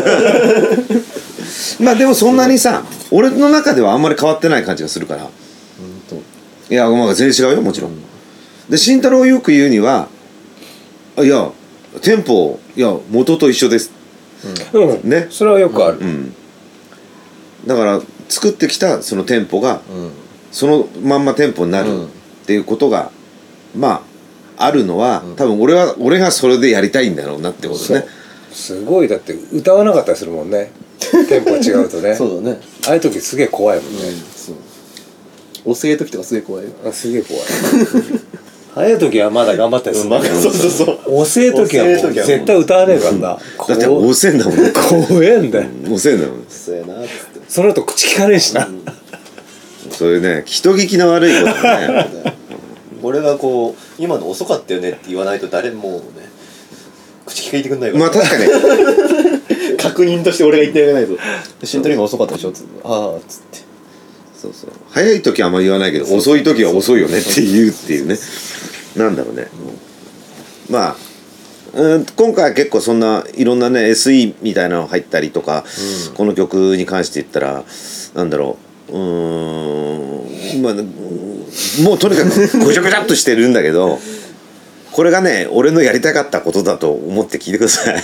まあでもそんなにさ、俺の中ではあんまり変わってない感じがするから。いやまあ全然違うよもちろん、で慎太郎よく言うには、いやテンポいや元と一緒です、 うん、 ね、 それはよくある。 だから作ってきたそのテンポが、そのまんまテンポになるっていうことが、まああるのは、多分俺がそれでやりたいんだろうなってことね。 すごい、だって歌わなかったりするもんね。テンポ違うとね。 そうだね。 ああいう時すげえ怖いもんね。 そう。遅い時とかすげえ怖いよ。 すげえ怖い。早い時はまだ頑張ったりする。 そうそうそう。 遅い時はもう絶対歌わねえからな。 だって遅えんだもんね。 怖えんだよ。 遅えんだもん。 遅えなーっつって。 その後口聞かねえしな。 そういうね、人聞きの悪いことね。 俺がこう今の遅かったよねって言わないと誰もね口聞いてくんないから。 まあ確かに確認として俺が言ってあげないと。シントリーが遅かったでしょっつって。ああっつって。 そうそう。早い時はあんま言わないけど、遅い時は遅いよねって言うっていうね。なんだろうね。まあ。今回は結構そんないろんなね SE みたいなの入ったりとか、この曲に関して言ったらなんだろう、まあもうとにかくごちゃごちゃっとしてるんだけど、これがね俺のやりたかったことだと思って聞いてください。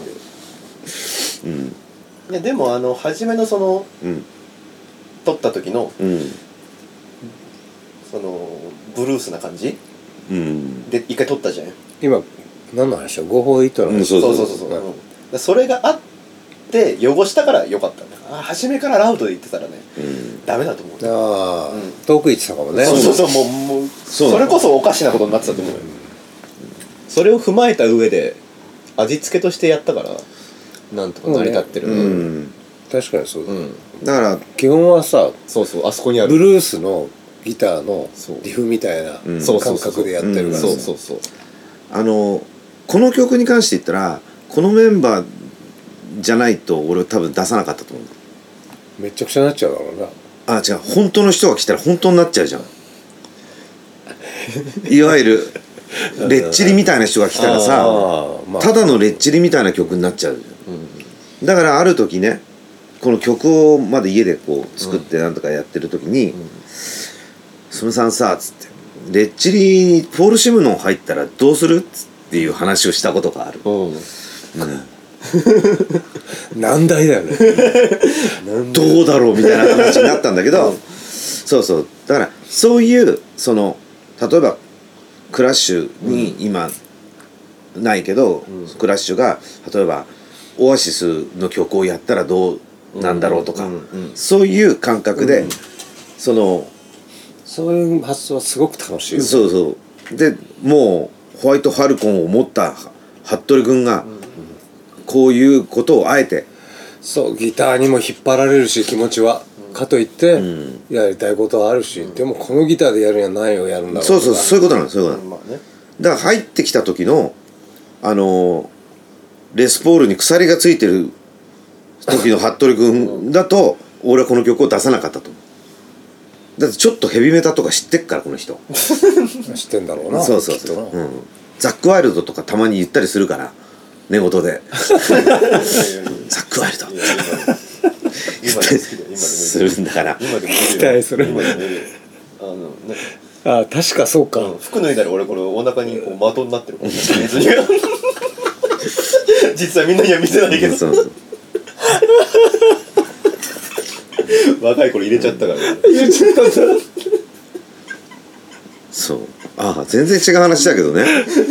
いやでも初めのその、撮った時の、そのブルースな感じ、で一回撮ったじゃん。 今何の話だ、5本糸の話。 そう、それがあって汚したからよかったんだ。初めからラウドで言ってたらね、ダメだと思う。 ああ、遠く行ってたかもね。 そうもうそれこそおかしなことになってたと思うよ。それを踏まえた上で味付けとしてやったからなんとか成り立ってる。 確かにそうだ。 だから基本はさ、 そうあそこにあるブルースのギターのリフみたいな感覚でやってるから。 そうこの曲に関して言ったらこのメンバーじゃないと俺は多分出さなかったと思う。 めちゃくちゃなっちゃうだろうな。 違う、本当の人が来たら本当になっちゃうじゃん。いわゆるレッチリみたいな人が来たらさ、ただのレッチリみたいな曲になっちゃう、だからある時ねこの曲をまだ家でこう作ってなんとかやってる時に「そのさんさ」っつって「レッチリにポール・シムノン入ったらどうする?」っていう話をしたことがある。 難題だよね。 どうだろうみたいな話になったんだけど、そうだからそういうその例えばクラッシュに今ないけど、クラッシュが例えばオアシスの曲をやったらどうなんだろうとか、そういう感覚で、 そういう発想はすごく楽しいよ。 そうでもうホワイトファルコンを持った服部君がこういうことをあえてギターにも引っ張られるし気持ちは、かといってやりたいことはあるし、でもこのギターでやるには何をやるんだろうとか。 そういうことなの。そういうことなの。だから入ってきた時のレスポールに鎖がついてる時の服部君だと俺はこの曲を出さなかったと思う。だってちょっとヘビメタとか知ってっからこの人。 知ってんだろうな。 そう、ザック・ワイルドとかたまに言ったりするから寝言でザック・ワイルドするんだから。 期待する。あ、確かそうか。 服脱いだら俺これお腹にこう的になってるから実はみんなには見せないけど若い頃入れちゃったから入れちゃったんだ。 全然違う話だけどね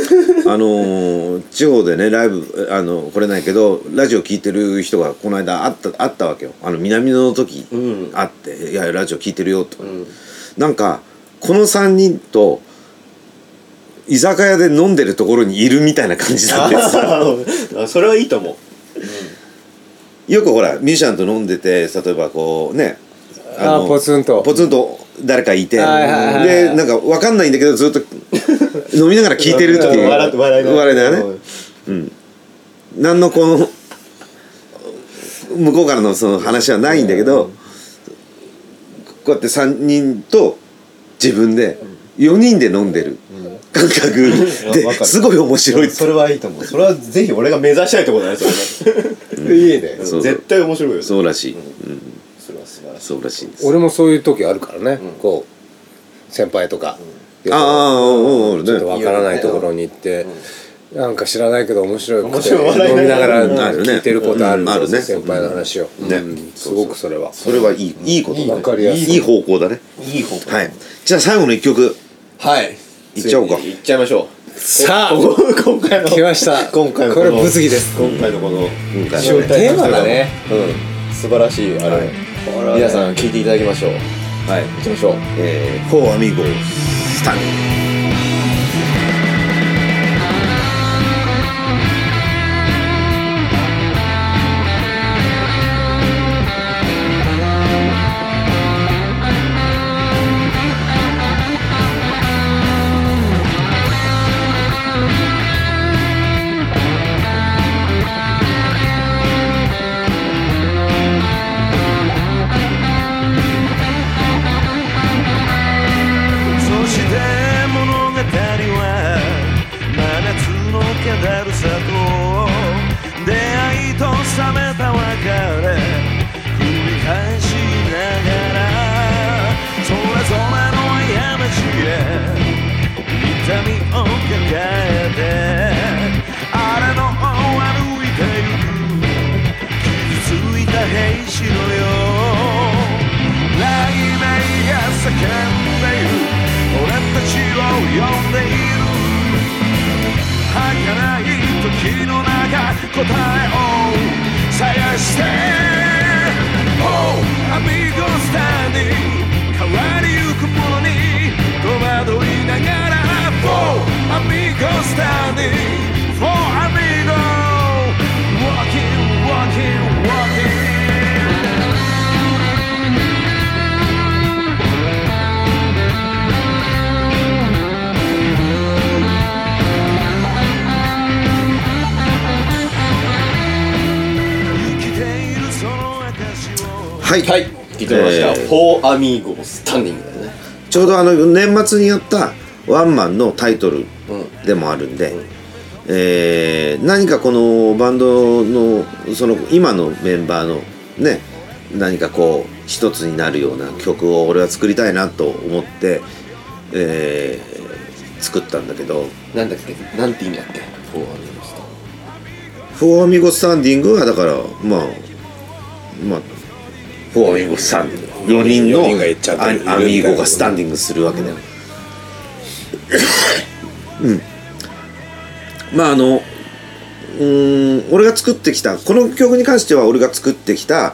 地方でねライブ来れないけどラジオ聞いてる人がこの間会ったわけよ。南野の時会って「いやラジオ聞いてるよ」とか、なんかこの3人と居酒屋で飲んでるところにいるみたいな感じなんですよそれはいいと思う。 よくほらミュージシャンと飲んでて例えばこうねポツンと誰かいて、 はいはいはい、 でなんか分かんないんだけどずっと飲みながら聞いてるっていう笑いだよね、うん、何のこの向こうからのその話はないんだけど、こうやって3人と自分で4人で飲んでる感覚ですごい面白い。 それはいいと思う。それはぜひ俺が目指したいところだね。それねいいね。絶対面白いよ。 そうらしい、 それは素晴らしい。 そうらしいです。 俺もそういう時あるからね、こう先輩とか、ちょっとわからないところに行って、なんか知らないけど面白くて飲みながら聞いてることあるね、先輩の話を。すごくそれはいいことだ。 わかりやすい。 いい方向だね。 いい方向。 はい。じゃあ最後の1曲。 はい。 いっちゃおうか。 いっちゃいましょう。 さあ今回の来ました。 今回のこれ物議です。 今回のこのテーマだね。 素晴らしいあれ。皆さん聞いていただきましょう。 はい。 行きましょう。 フォーアミーゴスタンド。はい、 聞いてました。フォーアミーゴスタンディングだよね。 ちょうど年末にやったワンマンのタイトルでもあるんで、何かこのバンドのその今のメンバーのね何かこう一つになるような曲を俺は作りたいなと思って、作ったんだけど、 なんだっけ、なんて意味だっけ、フォーアミーゴスタンディング。 フォーアミーゴスタンディングはだからまあフォーアミーゴスタンディング、4人のアミーゴがスタンディングするわけだよ。まあ俺が作ってきたこの曲に関しては俺が作ってきた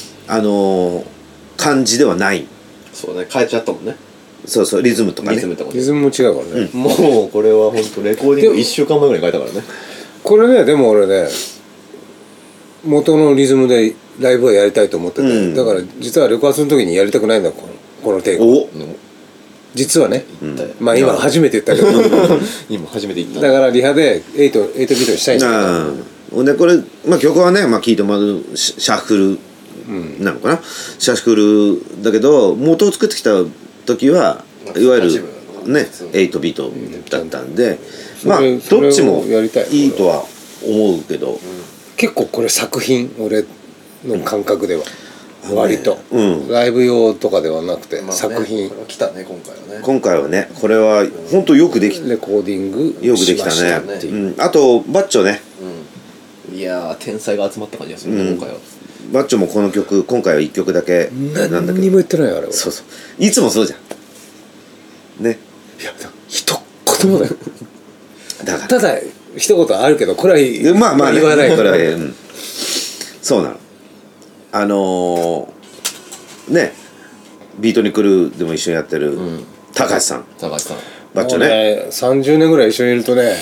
感じではない。 そうね、変えちゃったもんね。 そうそう、リズムとかね。 リズムも違うからね。 もうこれは本当レコーディング1週間前ぐらいに変えたからね。 これね、でも俺ね元のリズムでライブはやりたいと思ってて、だから実はレコ発の時にやりたくないんだ、このテイク実はね、まあ今初めて言ったけど今初めて言った。 だからリハで8ビートにしたいんだけど、 でこれ、まあ、曲はね、まあ、聴いてもらうシャッフルなのかな、シャッフルだけど元を作ってきた時はいわゆるね8ビートだったんで、まあどっちもいいとは思うけど、 結構これ作品、俺の感覚では割とライブ用とかではなくて作品。 来たね今回はね。 今回はね、これは本当よくできレコーディングよくできたね。あとバッチョね、 いやー天才が集まった感じがするね今回は。 バッチョもこの曲今回は1曲だけなんだけど、 何にも言ってないよあれ。 そうそう、いつもそうじゃんね。 いや一言そうだよ。 だからただ一言あるけどこれはまあまあね、 言わないこれは、そうなの。ね、ビートに来るでも一緒にやってる高橋さん、 高橋さんバッチョね。 30年ぐらい一緒にいるとね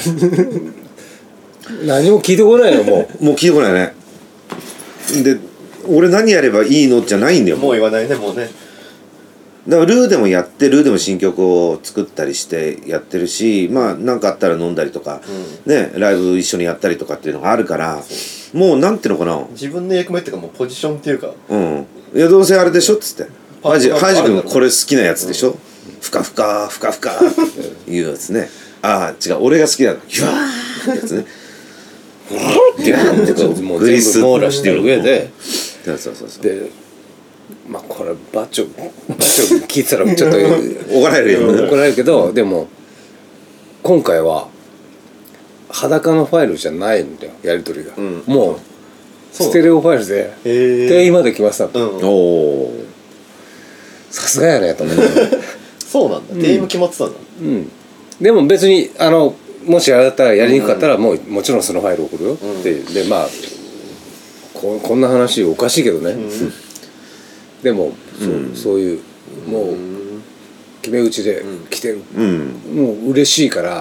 何も聞いてこないよももう聞いてこないね。で、俺何やればいいのじゃないんだよ。 もう言わないね、もうね。 だからルーでもやってルーでも新曲を作ったりしてやってるし、まあ何かあったら飲んだりとか、ね、ライブ一緒にやったりとかっていうのがあるから、もうなんていうのかな、 自分の役目っていうかもうポジションっていうか、 いやどうせあれでしょっつって、ハイジ君これ好きなやつでしょ、ふかふかふかふかっていうやつね。ああ違う、俺が好きなのユワーってやつね。ギューってこうもうグリス全部網羅してる上でそうでまあこれバッチョ聞いてたらちょっと怒られるよ。 怒られるけど、でも今回は裸のファイルじゃないんだよ、やり取りが、もうステレオファイルで定員まで来ました、 おお、 さすがやねと思ってそうなんだ、定員も決まってたんだ。 でも別にもしあれだったらやりにくかったらもちろんそのファイル送るよっていう、でまあこんな話おかしいけどね、でもそういうもう決め打ちで来てる、もう嬉しいから、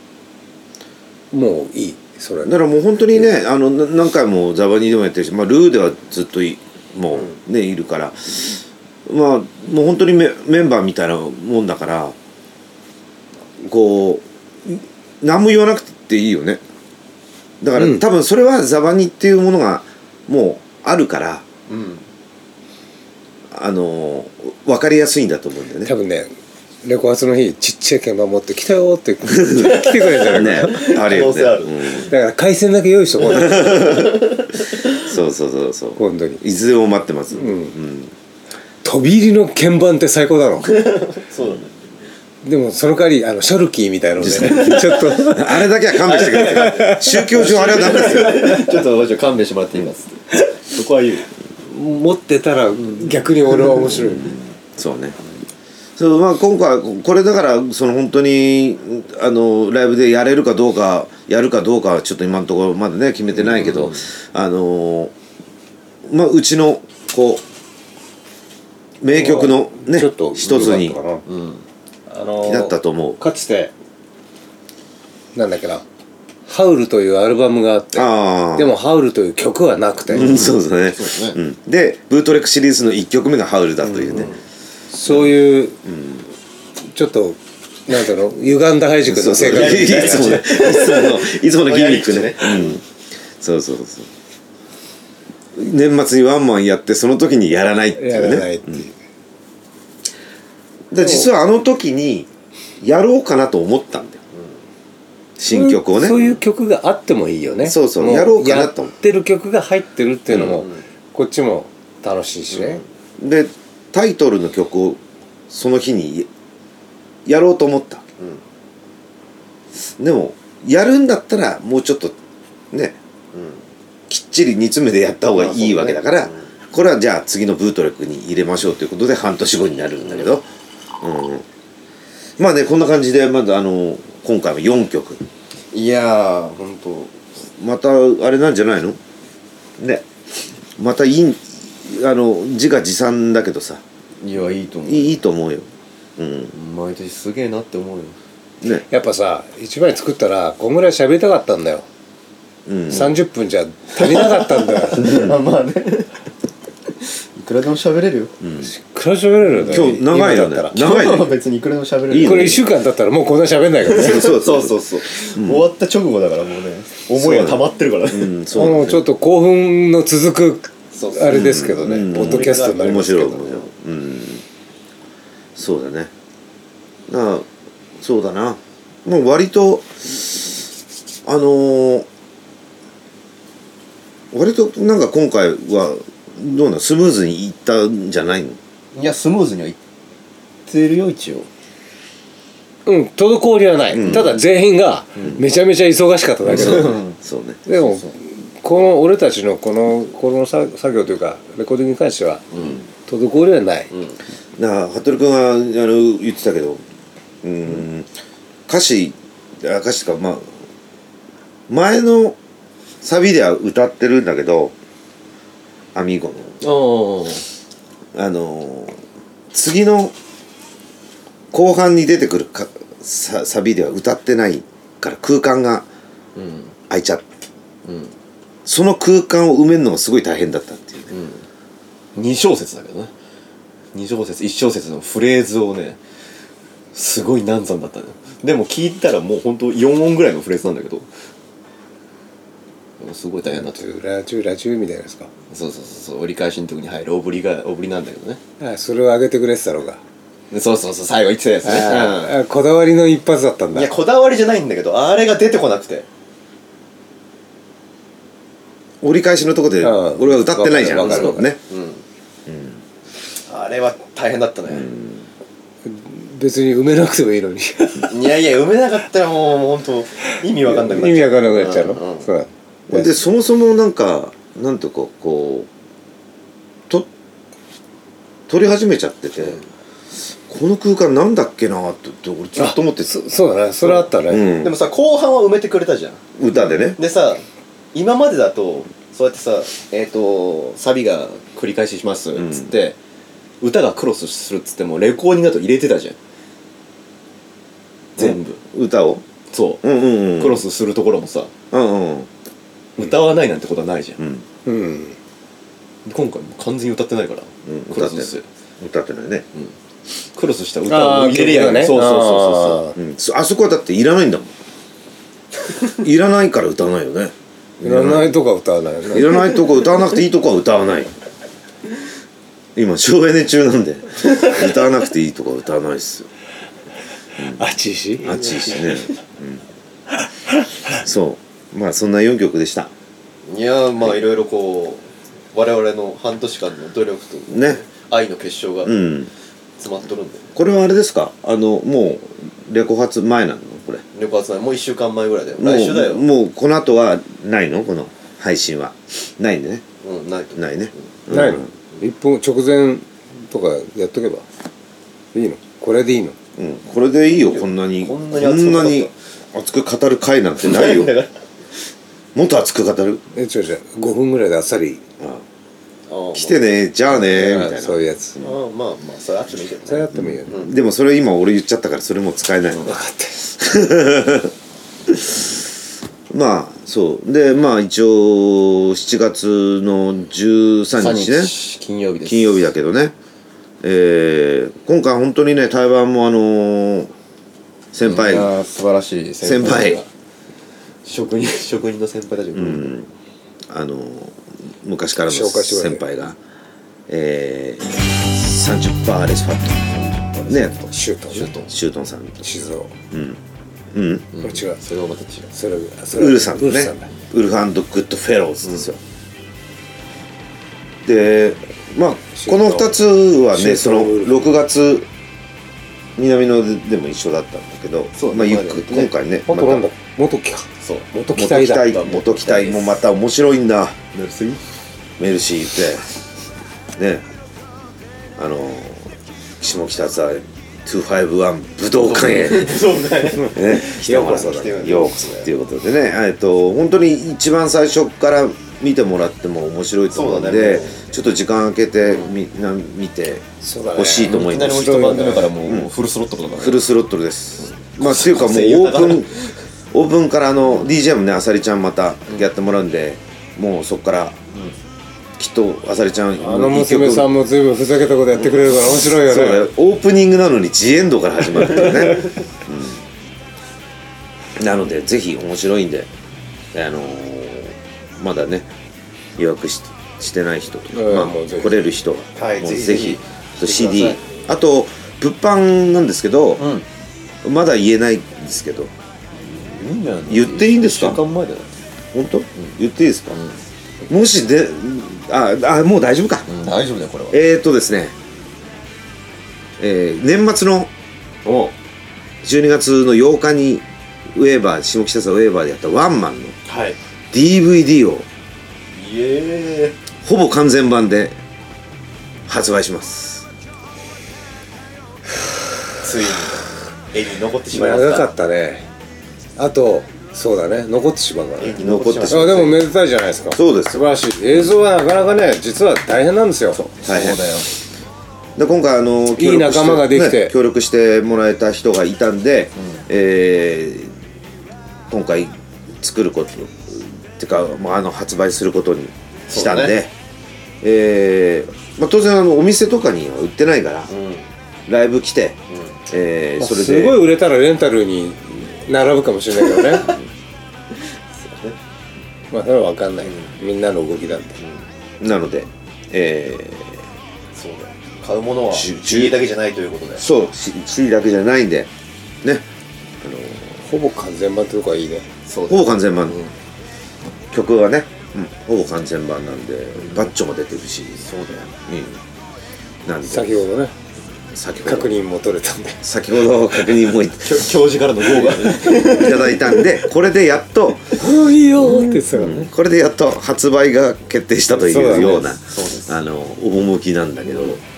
もういいそれだからもう本当にね、何回もザバニでもやってるし、まあ、ルーではずっともうね、いるから、まあもう本当にメンバーみたいなもんだから、こう何も言わなくていいよね。だから、多分それはザバニっていうものがもうあるから、分かりやすいんだと思うんだよね。 多分ね、レコ発の日ちっちゃい鍵盤持って来たよって来てくれるんじゃないかな、 あるよね。 だから回線だけ用意しとこうねそう今度にいつでも待ってます。 飛び入りの鍵盤って最高だろそうだね。 でもその代わりシャルキーみたいなので、ね、ちょっとあれだけは勘弁してください。宗教上あれはダメですよ。 ちょっと勘弁してもらっていいますそこは言う。 持ってたら逆に俺は面白いそうね。そう、まあ今回これだからその本当にライブでやれるかどうかやるかどうかはちょっと今のところまだね決めてないけど、まあうちのこう名曲のねちょっと一つになったと思う。 かつてなんだっけな、ハウルというアルバムがあって、でもハウルという曲はなくて、 そうですね。でブートレックシリーズの1曲目がハウルだというね、 そういうちょっとなんだろう、歪んだハイジ君の性格みたいな、 いつものギミックね。そう年末にワンマンやってその時にやらないっていうね。 やらないっていう。 で実はあの時にやろうかなと思ったんだよ、新曲をね。 そういう曲があってもいいよね。 そうやろうかなとやってる曲が入ってるっていうのもこっちも楽しいしね。 でタイトルの曲をその日にやろうと思った、でもやるんだったらもうちょっとね、きっちり煮詰めてやった方がいいわけだから、これはじゃあ次のブートレックに入れましょうということで半年後になるんだけど、まあねこんな感じでまず今回は4曲。 いやー本当またあれなんじゃないのね、また自画自賛だけどさ、 いやいいと思う。 いいと思うよ。 毎年すげえなって思うよ。 ね、 やっぱさ、一枚作ったらこんぐらい喋りたかったんだよ。30分じゃ足りなかったんだよまあねいくらでも喋れるよ。 いくら喋れるよね。 今日長いよね。長いね。 別にいくらでも喋れる。 これ1週間経ったらもうこんな喋んないからね。 そう終わった直後だからもうね、思いが溜まってるからね。 もうちょっと興奮の続くあれですけどね、ポッドキャストになりますけど。 面白い。そうだね。そうだな。もう割と割となんか今回はどうなの、スムーズにいったんじゃないの？ いやスムーズにはいってるよ一応。 滞りはない、ただ全員がめちゃめちゃ忙しかっただけど、 そうね。 でもこの俺たちのこの作業というかレコーディングに関しては滞りはない。 だから服部君は言ってたけど、 歌詞とかまあ前のサビでは歌ってるんだけどアミーゴの次の後半に出てくるサビでは歌ってないから空間が空いちゃって、その空間を埋めるのがすごい大変だったっていう、 2小節だけどね2小節1小節のフレーズをねすごい難産だったのよ。でも聞いたらもうほんと4音ぐらいのフレーズなんだけどすごい大変だった。 ラチュみたいなですか。 そう折り返しのとこに入るオブリなんだけどね。 それを上げてくれてたのが。 そう最後言ってたやつね。 こだわりの一発だったんだ。 いやこだわりじゃないんだけどあれが出てこなくて折り返しのとこで俺は歌ってないじゃん。 わかるね。 あれは大変だったね。 別に埋めなくてもいいのに。 いや埋めなかったらもうほんと意味わかんなくなっちゃう。 意味わかんなくなっちゃうの。そうでそもそもなんかなんとかこう取り始めちゃってて、この空間なんだっけなって俺ずっと思って。 そうだね、それあったね。 でもさ後半は埋めてくれたじゃん歌でね。 でさ今までだとそうやってさサビが繰り返ししますっつって、歌がクロスするっつってもレコーディングだと入れてたじゃん全部、 歌をそう、クロスするところもさ、歌わないなんてことはないじゃん、今回も完全に歌ってないから、クロスして歌ってないね、 クロスした歌を入れるやんね。そう、 あそこはだっていらないんだもん。いらないから歌わないよね。 いらないとこは歌わないよね。 いらないとこ歌わなくていいとこは歌わない。今省エネ中なんで歌わなくていいとこは歌わないっすよ。 暑いしね、そうまあそんな4曲でした。 いやまあいろいろこう我々の半年間の努力とね愛の結晶が詰まっとるんで、 これはあれですかもうレコ発前なのこれ。 レコ発前もう1週間前ぐらいだよ。来週だよ。 もうこの後はないのこの配信はないんでね。ないね。 ないの。1分直前とかやっとけばいいの。これでいいの。 これでいいよ。こんなに熱く語る回なんてないよ。もっと熱く語る。 5分ぐらいであっさり来てねじゃあねみたいなそういうやつ。 まあそれあってもいいけどね。 それあってもいいよね。 でもそれ今俺言っちゃったからそれも使えないの。分かってまあそうでまあ一応7月の13日ね金曜日です。 金曜日だけどね、今回本当にね台湾も先輩素晴らしい先輩職人の先輩たちが昔からの先輩が30%レスファットねシュートンさん静岡違うそれはまた違う。 それウルさんねウルフ&グッドフェローズですよ。でまあこの2つはねその6月南野でも一緒だったんだけどまあ今回ね元期待もまた面白いんだ。メルシーってね下北沢251武道館へようこそっていうことでね本当に一番最初から見てもらっても面白いと思うんでちょっと時間空けてみんな見てほしいと思います。 一番目からもうフルスロットルだからフルスロットルです。まあっていうかもうオープンからDJ もねあさりちゃんまたやってもらうんでもうそっからきっとあさりちゃん娘さんも随分ふざけたことやってくれるから面白いよね。 そうオープニングなのにジエンドから始まるっていうね、なのでぜひ面白いんでまだね予約してない人とか、来れる人はもうぜひCD あと物販なんですけど、まだ言えないんですけど言っていいんですか。 1週間前だよ本当、言っていいですか、もしでもう大丈夫か、 大丈夫だよこれは。 ですね年末の12月の8日にウェーバー下北沢ウェーバーでやったワンマンの DVD をほぼ完全版で発売します。 ついに絵に残ってしまいます長かったね。あとそうだね、残ってしまうからね。 残ってしまう。 でもめでたいじゃないですか。 そうです素晴らしい。映像はなかなかね、実は大変なんですよ。 大変そうだよ。 で今回いい仲間ができて協力してもらえた人がいたんで、今回作ることってか、発売することにしたんで、当然お店とかには売ってないから、ライブ来て、それですごい売れたらレンタルに並ぶかもしれないけどねまあそれは分かんない、みんなの動きだって、 なので、 そうだよ。買うものは CD だけじゃないということで。 そう CD だけじゃないんでね、 ほぼ完全版ってとこはいいね。 そうだほぼ完全版、曲はね、ほぼ完全版なんで、バッチョも出てるし、 そうだよ。 なんで先ほどね先ほど確認も取れたんで先ほど確認もい教授からの号がいただいたんで、これでやっと 「いいよ」って言ってたからね。 これでやっと発売が決定したといそうだねうようなそうです趣なんだけど、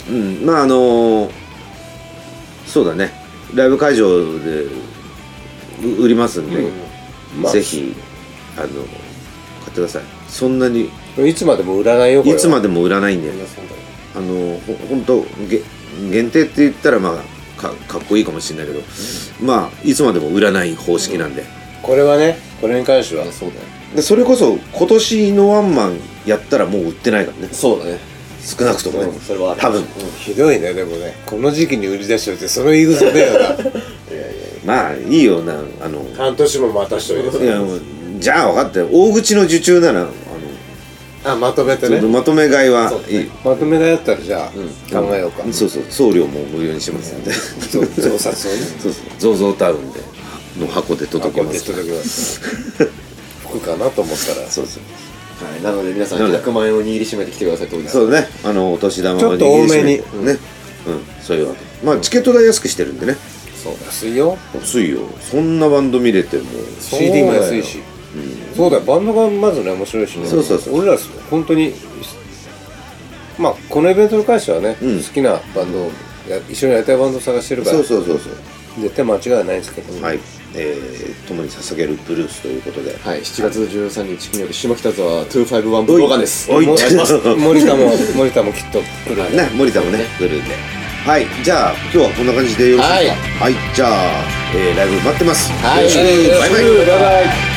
そうだね、ライブ会場で売りますんで、ぜひ買ってください。そんなにいつまでも売らないよこれは。 いつまでも売らないんで、本当限定って言ったらかっこいいかもしれないけど、いつまでも売らない方式なんで、 これはね、これに関してはそうだよ。 でそれこそ今年のワンマンやったらもう売ってないからね、 そうだね。 少なくともね、 それはある多分、 ひどいね。でもね、この時期に売り出しといてその言い草ねえよいいよな、 な半年も待たしといてさいやじゃあ分かったよ、大口の受注ならまとめてね、 まとめ買いはいい、 まとめがやったらじゃあ考えようか。 そう送料も無料にしますんで、 増刷をねゾゾタウンでの箱で届けます届けます服かなと思ったらそうはい。なので皆さんなので 100万円を握りしめてきてください。当日。 そうね、お年玉をちょっと多めにね、そういうわけ。チケット代安くしてるんでね、 そう安いよ。 安いよ、そんなバンド見れても CD も安いし、そうだよ、バンドがまずね面白いしね。 そう俺ら本当にこのイベントに関してはね、 うん好きなバンドを一緒にやりたいバンドを探してるからそう絶対間違いないですけど、 はい、共に捧げるブルースということで、 はい。7月13日金曜日、下北沢251武道館です。 おいお願いします。 森田もきっと来るんでね、森田もね来るんで、はい、じゃあ今日はこんな感じでよろしいですか。はい、じゃあ、ライブ待ってます。 はいよろしくバイバイ。 バイバイ。